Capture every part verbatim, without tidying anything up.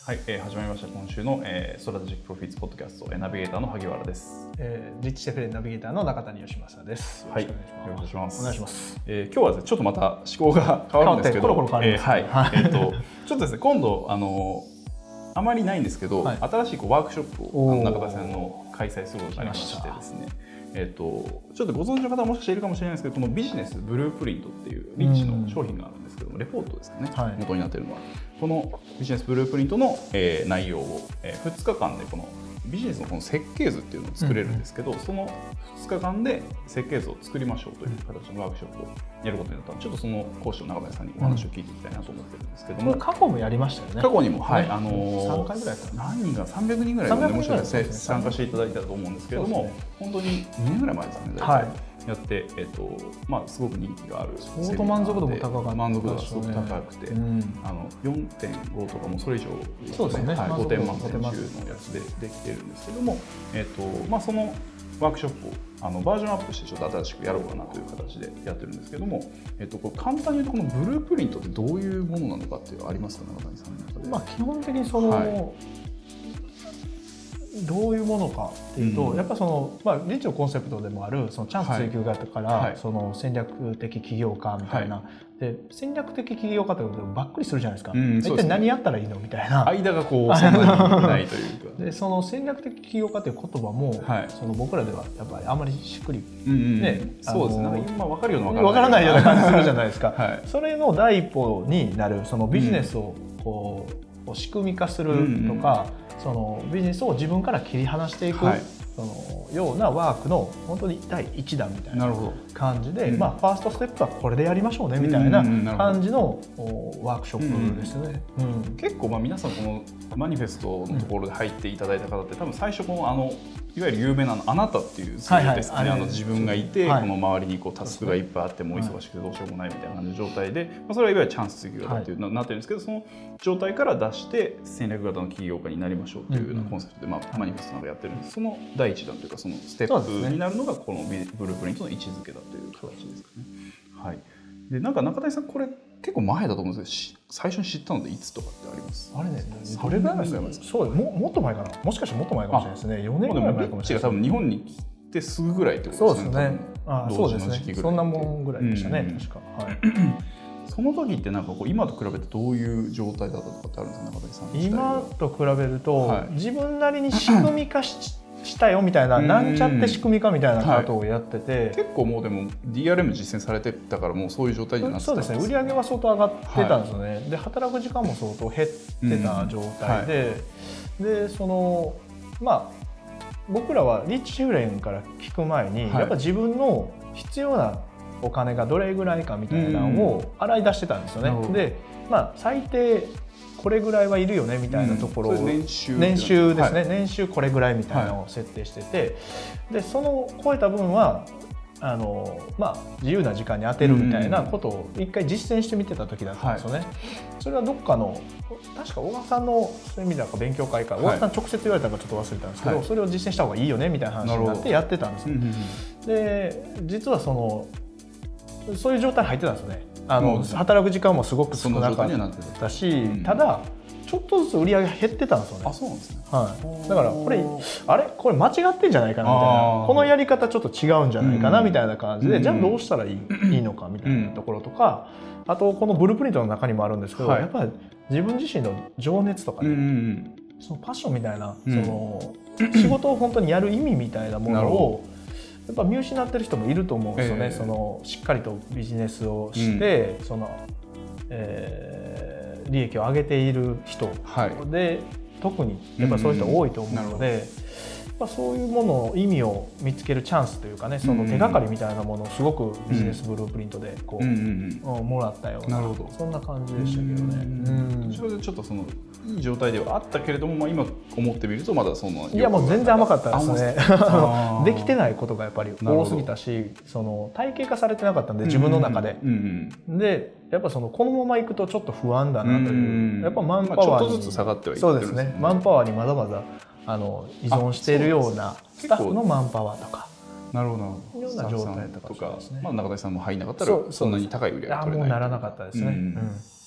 はい、えー、始まりました今週の、えー、ストラテジックプロフィッツポッドキャスト、えー、ナビゲーターの萩原です、 えー、リッチシェフレンナビゲーターの中谷義正です。 はい、よろしくお願いします。 お願いします。 えー、今日はちょっとまた思考が変わるんですけど、 コロコロ変わります、 えー、はい、えー、とちょっとですね、今度あのあまりないんですけど、はい、新しいこうワークショップをあの中田さんの開催することになりましてですね、えー、とちょっとご存知の方はもしかしているかもしれないですけど、このビジネスブループリントっていうリッチの商品があるんですけども、レポートですかね、はい、元になっているのはこのビジネスブループリントの、えー、内容を、えー、ふつかかんでこのビジネスのこの設計図っていうのを作れるんですけど、うん、そのふつかかんで設計図を作りましょうという形のワークショップをやることになったので、ちょっとその講師の中谷さんにお話を聞いていきたいなと思ってるんですけども、 うん、過去もやりましたよね。 過去にも、はい、あのー、 さんかいぐらいかな、 何人かさんびゃくにんぐらいの、ね、もしかして参加していただいたと思うんですけれども、ね、本当ににねんぐらい前ですね、大体、はい、やって、えっとまあ、すごく人気がある相当満足度も高かった、 満足度がすごく高くて、うん、あの よんてんご とかもそれ以上、 そうですね、 はい、ごてん満点中のやつでできてるんですけども、えっとまあ、そのワークショップをあのバージョンアップしてちょっと新しくやろうかなという形でやってるんですけども、えっと、これ簡単に言うとこのブループリントってどういうものなのかっていうのありますか、中谷さんの中で。 まあ、基本的にその、はい、どういうものかっていうと、うん、やっぱその、まあ、リッチのコンセプトでもあるそのチャンス追求型から、はい、その戦略的起業家みたいな、はい、で戦略的起業家ってばっくりするじゃないですか、うん、一体何やったらいいのみたいな間がこうそんなにないというかでその戦略的起業家という言葉も、はい、その僕らではやっぱりあんまりしっくり、 うんうんね、そうですね、なんか今分かるような分からないような感じするじゃないですか、はい、それの第一歩になるそのビジネスをこう、うん、仕組み化するとか、うんうん、そのビジネスを自分から切り離していく、はい、そのようなワークの本当にだいいちだんみたいな感じで、うん、まあ、ファーストステップはこれでやりましょうねみたいな感じのワークショップですね、 うんうんうん、結構まあ皆さんこのマニフェストのところで入っていただいた方って多分最初このあのいわゆる有名なあなたっていうツールですね、はいはい、あの自分がいて、はい、この周りにこうタスクがいっぱいあってもう忙しくてどうしようもないみたいな感じの状態で、まあ、それはいわゆるチャンス追求型っていうのになってるんですけど、はい、その状態から出して戦略型の起業家になりましょうというようなコンセプトで、まあ、マニフェストなどやってるんです。そのだいいちだんというかそのステップになるのがこのブループリントの位置づけだという形ですかね。はい、でなんか中谷さんこれ結構前だと思うんですけど、最初に知ったのでいつとかってあります？ あれね、どれぐらいですか？そう、も、もっと前かな。もしかしてもっと前かもしれないですね。よねんぐらい前かもしれない。 多分日本に来てすぐぐらいってことですね。 そうですね。あ、そうですね。そんなもんぐらいでしたね、うん、確か。はい。 その時ってなんかこう今と比べてどういう状態だったとかってあるんですか、中谷さん？ 今と比べると、はい、自分なりに仕組み化ししたよみたいな、なんちゃって仕組みかみたいなことをやってて、はい、 結構もうでも ディーアールエム 実践されてたからもうそういう状態になってたんです。 そうですね、売り上げは相当上がってたんですよね、はい、で働く時間も相当減ってた状態で、うんはい、でそのまあ僕らはリッチシェフレンから聞く前に、はい、やっぱ自分の必要なお金がどれぐらいかみたいなのを洗い出してたんですよね、うん、でまあ最低これぐらいはいるよねみたいなところを、うん、年収年収ですね、はい、年収これぐらいみたいなのを設定してて、はい、でその超えた分はあの、まあ、自由な時間に当てるみたいなことを一回実践してみてた時だったんですよね、はい、それはどっかの確か小川さんのそういう意味では勉強会か、はい、小川さん直接言われたのかちょっと忘れたんですけど、はい、それを実践した方がいいよねみたいな話になってやってたんですよ、で実はそのそういう状態に入ってたんですよね。あの働く時間もすごく少なかったし、うん、ただちょっとずつ売り上げが減ってたんですよね。 あ、そうなんですね。 はい、だからこれあれこれ間違ってんじゃないかなみたいな、このやり方ちょっと違うんじゃないかなみたいな感じで、うん、じゃあどうしたらいい、うん、いいのかみたいなところとか、あとこのブループリントの中にもあるんですけど、はい、やっぱり自分自身の情熱とかね、うん、そのパッションみたいな、うん、その仕事を本当にやる意味みたいなものをやっぱ見失ってる人もいると思うんですよね、えー、そのしっかりとビジネスをして、うん、その、えー、利益を上げている人で、はい、特にやっぱそういう人多いと思うので、うん、そういうものの意味を見つけるチャンスというかね、その手がかりみたいなものをすごくビジネスブループリントでこう、うんうんうん、もらったよう な, なるほどそんな感じでしたけどね。 うんうん、それでちょっとそのいい状態ではあったけれども、まあ、今思ってみるとまだそのいやもう全然甘かったですね。できてないことがやっぱり多すぎたし、その体系化されてなかったんで自分の中で、うんうん、でやっぱそのこのままいくとちょっと不安だなという、うん、やっぱマンパワーに、まあ、ちょっとずつ下がってはいってるんですね。そうですね、マンパワーにまだまだあの依存しているようなスタッフのマンパワーとか。 なるほどなるほど。ような状態とか、まあ、中谷さんも入らなかったらそんなに高い売り上げが取れない。 もうならなかったですね。うんうん、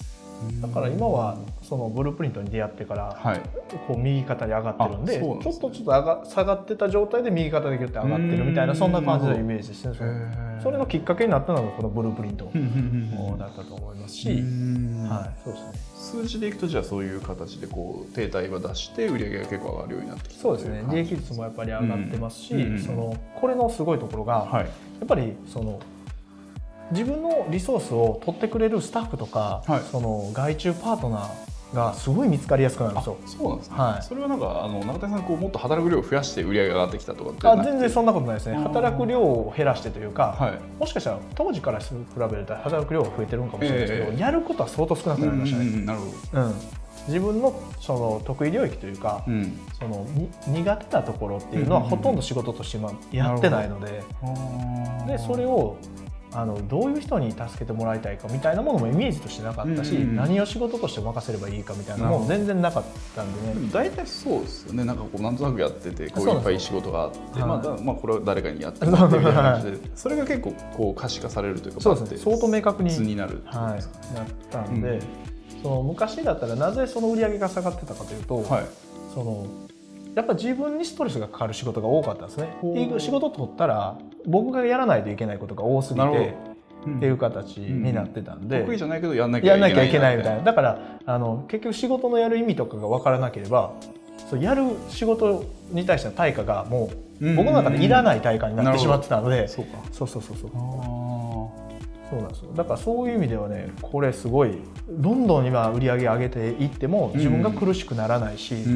だから今はそのブループリントに出会ってから、はい、こう右肩に上がってるん で, んで、ね、ちょっとちょっと上が下がってた状態で右肩でギュッて上がってるみたいな、そんな感じのイメージですね。それのきっかけになったのがこのブループリントだったと思いますし、はい、そうですね。 数字でいくとじゃあそういう形でこう停滞は出して売り上げが結構上がるようになってきた。 そうですね。利益率もやっぱり上がってますし、うん、そのこれのすごいところが、はい、やっぱりその自分のリソースを取ってくれるスタッフとか、はい、その外注パートナーがすごい見つかりやすくなるんですよ。 そうなんですね。はい、それはなんかあの中谷さんこうもっと働く量を増やして売り上げが上がってきたとかってあ全然そんなことないですね。働く量を減らしてというか、はい、もしかしたら当時から比べると働く量が増えてるのかもしれないですけど、えー、やることは相当少なくなりましたね。うんうん、なるほど。うん、自分のその得意領域というか、うん、その苦手なところっていうのはほとんど仕事としてやってないので、でそれをあのどういう人に助けてもらいたいかみたいなものもイメージとしてなかったし、うんうん、何を仕事として任せればいいかみたいなのも全然なかったんでね。 大体そうですよね。なんかこうなんとなくやっててこういっぱい仕事があって、まあ、まあこれは誰かにやってもらってみたいな感じでそれが結構こう可視化されるというか、 そうですね、相当明確にになるってことですかね。 はい、なったんで、うん、その昔だったらなぜその売り上げが下がってたかというと、はい、そのやっぱ自分にストレスがかかる仕事が多かったんですね。仕事取ったら僕がやらないといけないことが多すぎてっていう形になってたんで、 うん、得意じゃないけどやんなきゃいけない、 やんなきゃいけないみたいな。だからあの結局仕事のやる意味とかが分からなければ、そうやる仕事に対しての対価がもう僕の中でいらない対価になってしまってたので、そうか、そうそうそうそう、そうなんですよ。だからそういう意味ではね、これすごいどんどん今売り上げ上げていっても自分が苦しくならないし、うん、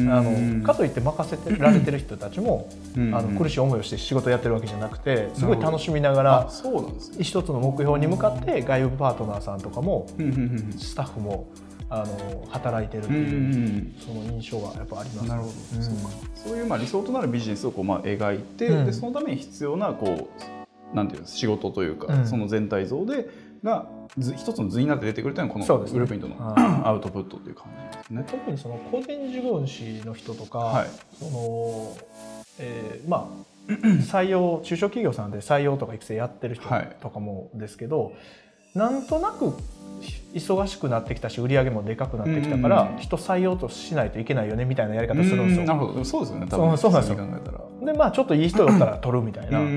あのかといって任せてられてる人たちも、うん、あの苦しい思いをして仕事やってるわけじゃなくて、すごい楽しみながら一つの目標に向かって外部パートナーさんとかもスタッフもあの働いてるっていうその印象はやっぱあります。なるほど、 うん、そうか。そういうまあ理想となるビジネスをこうまあ描いて、うん、でそのために必要なこうなんていうの仕事というか、うん、その全体像でが一つの図になって出てくるというのはこのブループリントのアウトプットという感じですね。 特にその個人事業主の人とか、はい、そのえー、まあ採用中小企業さんで採用とか育成やってる人とかもですけど、はい、なんとなく忙しくなってきたし売り上げもでかくなってきたから、うん、人採用としないといけないよねみたいなやり方するんですよ。 なるほど、そうですよね。多分そうなんですよ。でまあちょっといい人だったら取るみたいな、うん、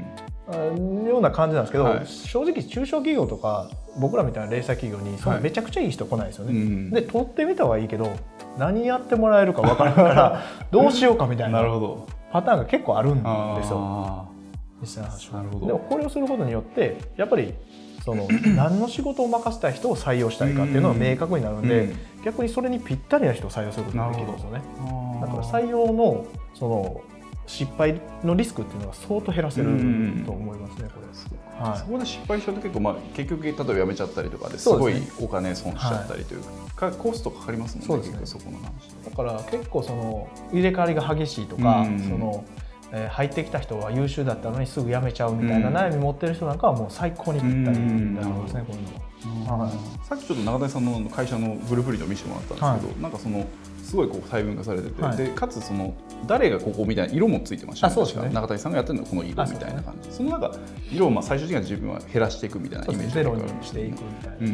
ような感じなんですけど、はい、正直中小企業とか僕らみたいな零細企業にそのめちゃくちゃいい人来ないですよね。はい、で取ってみたはいいけど何やってもらえるか分からないからどうしようかみたいなパターンが結構あるんですよ。実際の話は。なるほど。でもこれをすることによってやっぱりその何の仕事を任せたい人を採用したいかっていうのが明確になるので、逆にそれにぴったりな人を採用することができるんですよね。だから採用のその失敗のリスクっていうのが相当減らせると思いますね。これ、はい、 そこで失敗しちゃうと結構、まあ、結局例えば辞めちゃったりとかですごいお金損しちゃったりというか、はい、コストかかりますもんね。そうですね。結構そこの話だから結構その入れ替わりが激しいとか、そのえー、入ってきた人は優秀だったのにすぐ辞めちゃうみたいな悩み持ってる人なんかはもう最高にぴったりだと思いますね。こういうのは、はい、 さっきちょっと中谷さんの会社のブループリントを見せてもらったんですけど、はい、なんかそのすごいこう細分化されてて、はい、でかつその誰がここみたいな色もついてましたね。ね、中谷さんがやってるのはこの色みたいな感じ。 そ, そのなんか色をまあ最終的には自分は減らしていくみたいなイメージがあるんですよね。ゼロにしていくみたいな、うん、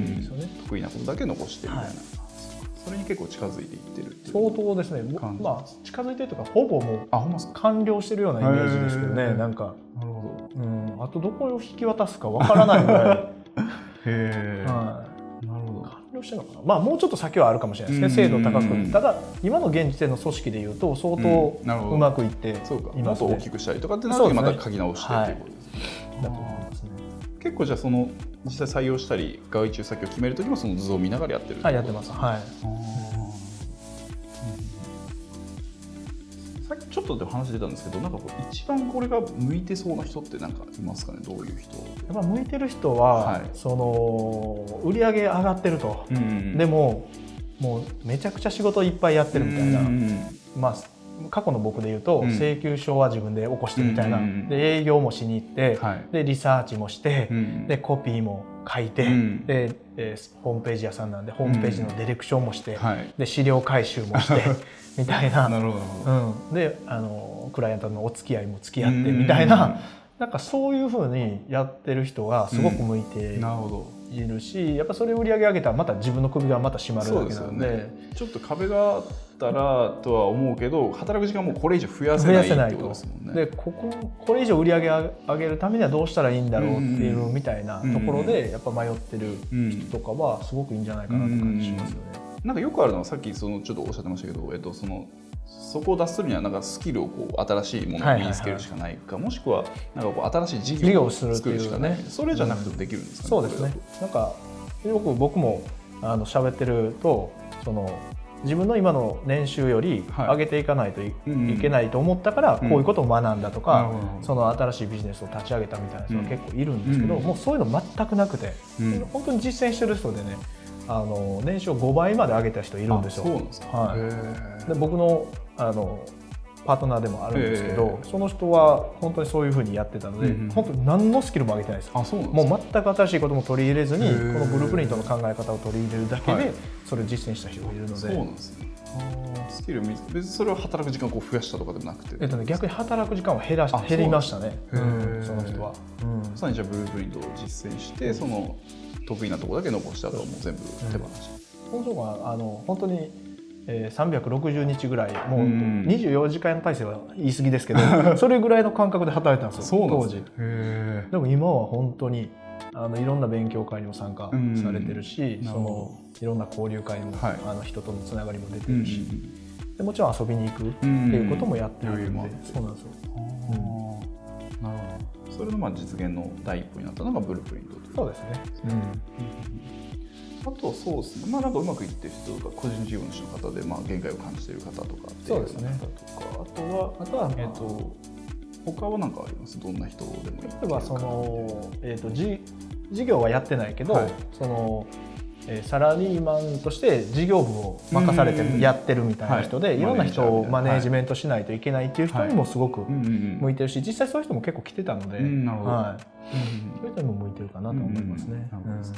得意なことだけ残してみたいな、はい、それに結構近づいていってるっていう相当ですね。まあ近づいてるというかほぼもう完了してるようなイメージですけどね。なんかなるほど、うん、あとどこを引き渡すかわからないぐらいへー、はい、なるほど。完了してるのかな。まあもうちょっと先はあるかもしれないですね。精度高く。ただ今の現時点の組織でいうと相当うまくいっていますね。 もっと大きくしたりとかってなるとまた書き直してっていうことですね。はい、だと思いますね。結構じゃあその実際採用したり外注先を決めるときもその図を見ながらやってる。 はい、やってます。はい。 さっきちょっとで話出たんですけど、なんかこう一番これが向いてそうな人ってなんかいますかね。どういう人？ やっぱ向いてる人は、はい、その売り上げ上がってると、うんうん、でももうめちゃくちゃ仕事いっぱいやってるみたいな、うんうん、まあ過去の僕で言うと、うん、請求書は自分で起こしてみたいな、うんうん、で営業もしに行って、はい、でリサーチもして、うん、でコピーも書いて、うん、で、えー、ホームページ屋さんなんでホームページのディレクションもして、うんはい、で資料回収もしてみたいな、なるほど、うん、であのクライアントのお付き合いも付き合ってみたいな、うん、なんかそういう風にやってる人がすごく向いているし、やっぱそれを売り上げ上げたらまた自分の首がまた締まるだけなの で, で、ね、 ちょっと壁があったらとは思うけど、働く時間もこれ以上増やせないってことですもんね。 でこここれ以上売り上げ上げるためにはどうしたらいいんだろうっていうみたいなところでやっぱ迷ってる人とかはすごくいいんじゃないかなって感じしますよね。 なんかよくあるのはさっきそのちょっとおっしゃってましたけど、えっと、そのそこを脱するにはなんかスキルをこう新しいものを身につけるしかないか、もしくはなんかこう新しい事業を作るしかない、それじゃなくてもできるんですかね。 そうですね。なんかよく僕もあの喋ってると、その自分の今の年収より上げていかないと い,、はい、いけないと思ったからこういうことを学んだとか、うん、その新しいビジネスを立ち上げたみたいな人が結構いるんですけど、うん、もうそういうの全くなくて、うん、本当に実践してる人でね、あの年収をごばいまで上げた人いるんですよ。 そうなんですか。 はい、で僕のあのパートナーでもあるんですけど、その人は本当にそういうふうにやってたので、うん、本当に何のスキルも上げてないです。 あ、そうなんですか。 もう全く新しいことも取り入れずに、このブループリントの考え方を取り入れるだけでそれを実践した人がいるので。 そうなんですね。あ、スキル別にそれを働く時間を増やしたとかでもなくて、 えっとね、逆に働く時間は減らし減りましたね。うん、その人は。 うん、さらにじゃあブループリントを実践して、その得意なところだけ残して、あとはもう全部手放して。 その人があの本当にさんびゃくろくじゅうにちぐらい、もうにじゅうよじかん体制は言い過ぎですけどそれぐらいの感覚で働いてたんですよ、当時。へでも今は本当にあのいろんな勉強会にも参加されてるし、そのいろんな交流会にも、はい、あの人とのつながりも出てるし、でもちろん遊びに行くっていうこともやってるので、そうなんですよ。 うん、なるほど。それのまあ実現の第一歩になったのがブループリントという。 そうですね。うんあとはそうですね、まあ、なんかうまくいってる人とか個人事業主の方でまあ限界を感じている方とかっていう方とか、あとはあとは、えー、と他は何かあります？どんな人でもいい。 例えばその、えー、と事事業はやってないけど、はい、そのえー、サラリーマンとして事業部を任されてるやってるみたいな人で、はい、いろんな人をマネージメントしないといけないっていう人にもすごく向いてるし、実際そういう人も結構来てたので、うんはい、そういう人にも向いてるかなと思いますね。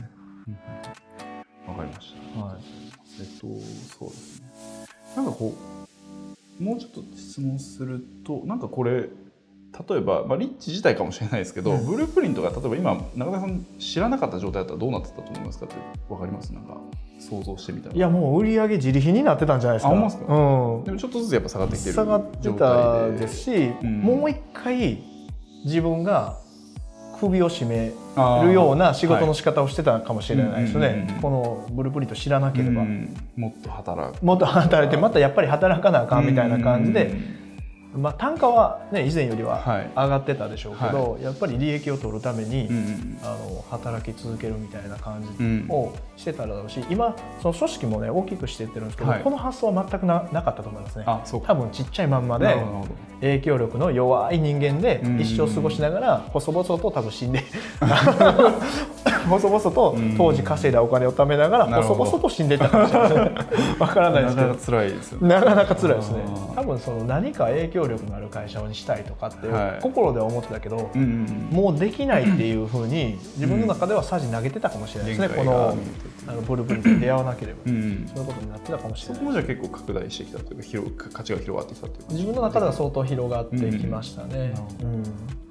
わかりました。はい。えっとそうですね。なんかこうもうちょっと質問すると、なんかこれ例えば、まあ、リッチ自体かもしれないですけど、うん、ブループリントが例えば今中田さん知らなかった状態だったらどうなってたと思いますかって分かります？なんか想像してみたら。 いやもう売り上げ自利品になってたんじゃないですか。 あ、思いますか？うん。でもちょっとずつやっぱ下がってきてる状態で。 下がってたですし、うん、もう一回自分が首を絞めるような仕事の仕方をしてたかもしれないですね。このブループリント知らなければ、うん、 もっと働くもっと働いてまたやっぱり働かなあかんみたいな感じで、まあ、単価は、ね、以前よりは上がってたでしょうけど、はい、やっぱり利益を取るために、うん、あの働き続けるみたいな感じをしてただろうし、今その組織も、ね、大きくしていってるんですけど、はい、この発想は全く な, なかったと思いますね。あ、そうか。多分ちっちゃいまんまで影響力の弱い人間で一生過ごしながら細々と多分死んで細々と当時稼いだお金を貯めながら細々と死んでいったかもしれないわからないですけど、 なかなか辛いですよね。 なかなか辛いですね。多分その何か影響力のある会社にしたいとかって心では思ってたけど、はい、もうできないっていうふうに自分の中ではさじ投げてたかもしれないですね。このあのブループリントに出会わなければ、うん、そういうことになってたかもしれない。 そこもじゃ結構拡大してきたというか、広価値が広がってきたというか、 自分の中では相当広がってきましたね。うんうんうん、わか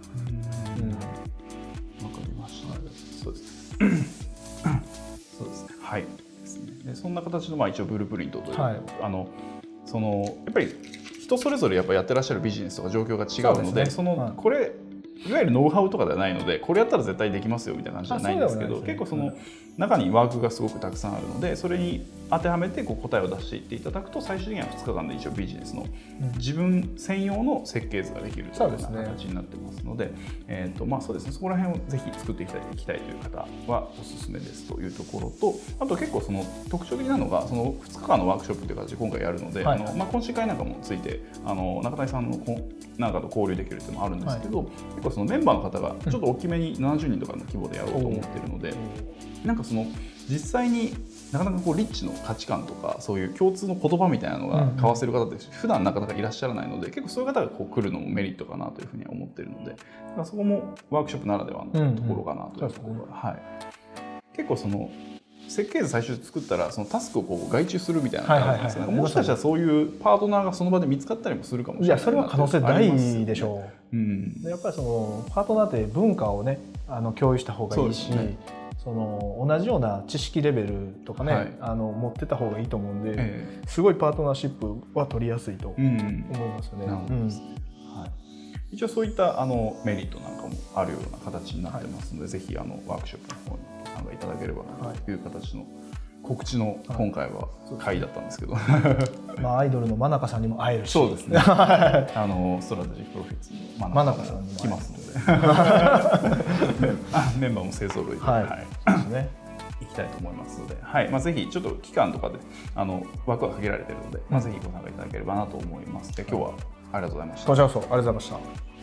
りました。そうです。そうですね。はい。でそんな形のまあ一応ブループリントという、はい、あのそのやっぱり人それぞれやっぱやってらっしゃるビジネスとか状況が違うので、そのこれいわゆるノウハウとかではないので、これやったら絶対できますよみたいな感じじゃないんですけど、結構その中にワークがすごくたくさんあるので、それに当てはめてこう答えを出していっていただくと、最終的にはふつかかんで一応ビジネスの自分専用の設計図ができるというような形になってますので、えーとまあそうですね、そこら辺をぜひ作っていきたい、いきたいという方はおすすめですというところと、あと結構その特徴的なのがそのふつかかんのワークショップという形で今回やるので、はい、あのまあ、懇親会なんかもついてあの中谷さんのなんかと交流できるっていうのもあるんですけど、はい、結構そのメンバーの方がちょっと大きめにななじゅうにんとかの規模でやろうと思っているので、なんかその実際になかなかこうリッチの価値観とかそういう共通の言葉みたいなのが交わせる方って普段なかなかいらっしゃらないので、結構そういう方がこう来るのもメリットかなというふうには思っているので、そこもワークショップならではのところかなというところで、はい、結構その設計図最初作ったらそのタスクをこう外注するみたいなのがあるんですが、もしかしたらそういうパートナーがその場で見つかったりもするかもしれない。いや、 それは可能性大でしょう。うん、やっぱりそのパートナーって文化をね、あの共有した方がいいし、そその同じような知識レベルとかね、はい、あの持ってた方がいいと思うんで、えー、すごいパートナーシップは取りやすいと思いますよね。 うんうん、一応そういったあのメリットなんかもあるような形になってますので、はい、ぜひあのワークショップの方に参加いただければという形の告知の今回は会だったんですけど、はい、 まあアイドルの真中さんにも会えるし、 そうですねあのストラテジックプロフィッツの真中さんにも来ますのでメンバーも勢ぞろいで、はいはいそうですね、行きたいと思いますので、はいまあ、ぜひちょっと期間とかであの枠は限られているので、まあ、ぜひご参加いただければなと思います。で今日はありがとうございました。 こちらこそありがとうございました。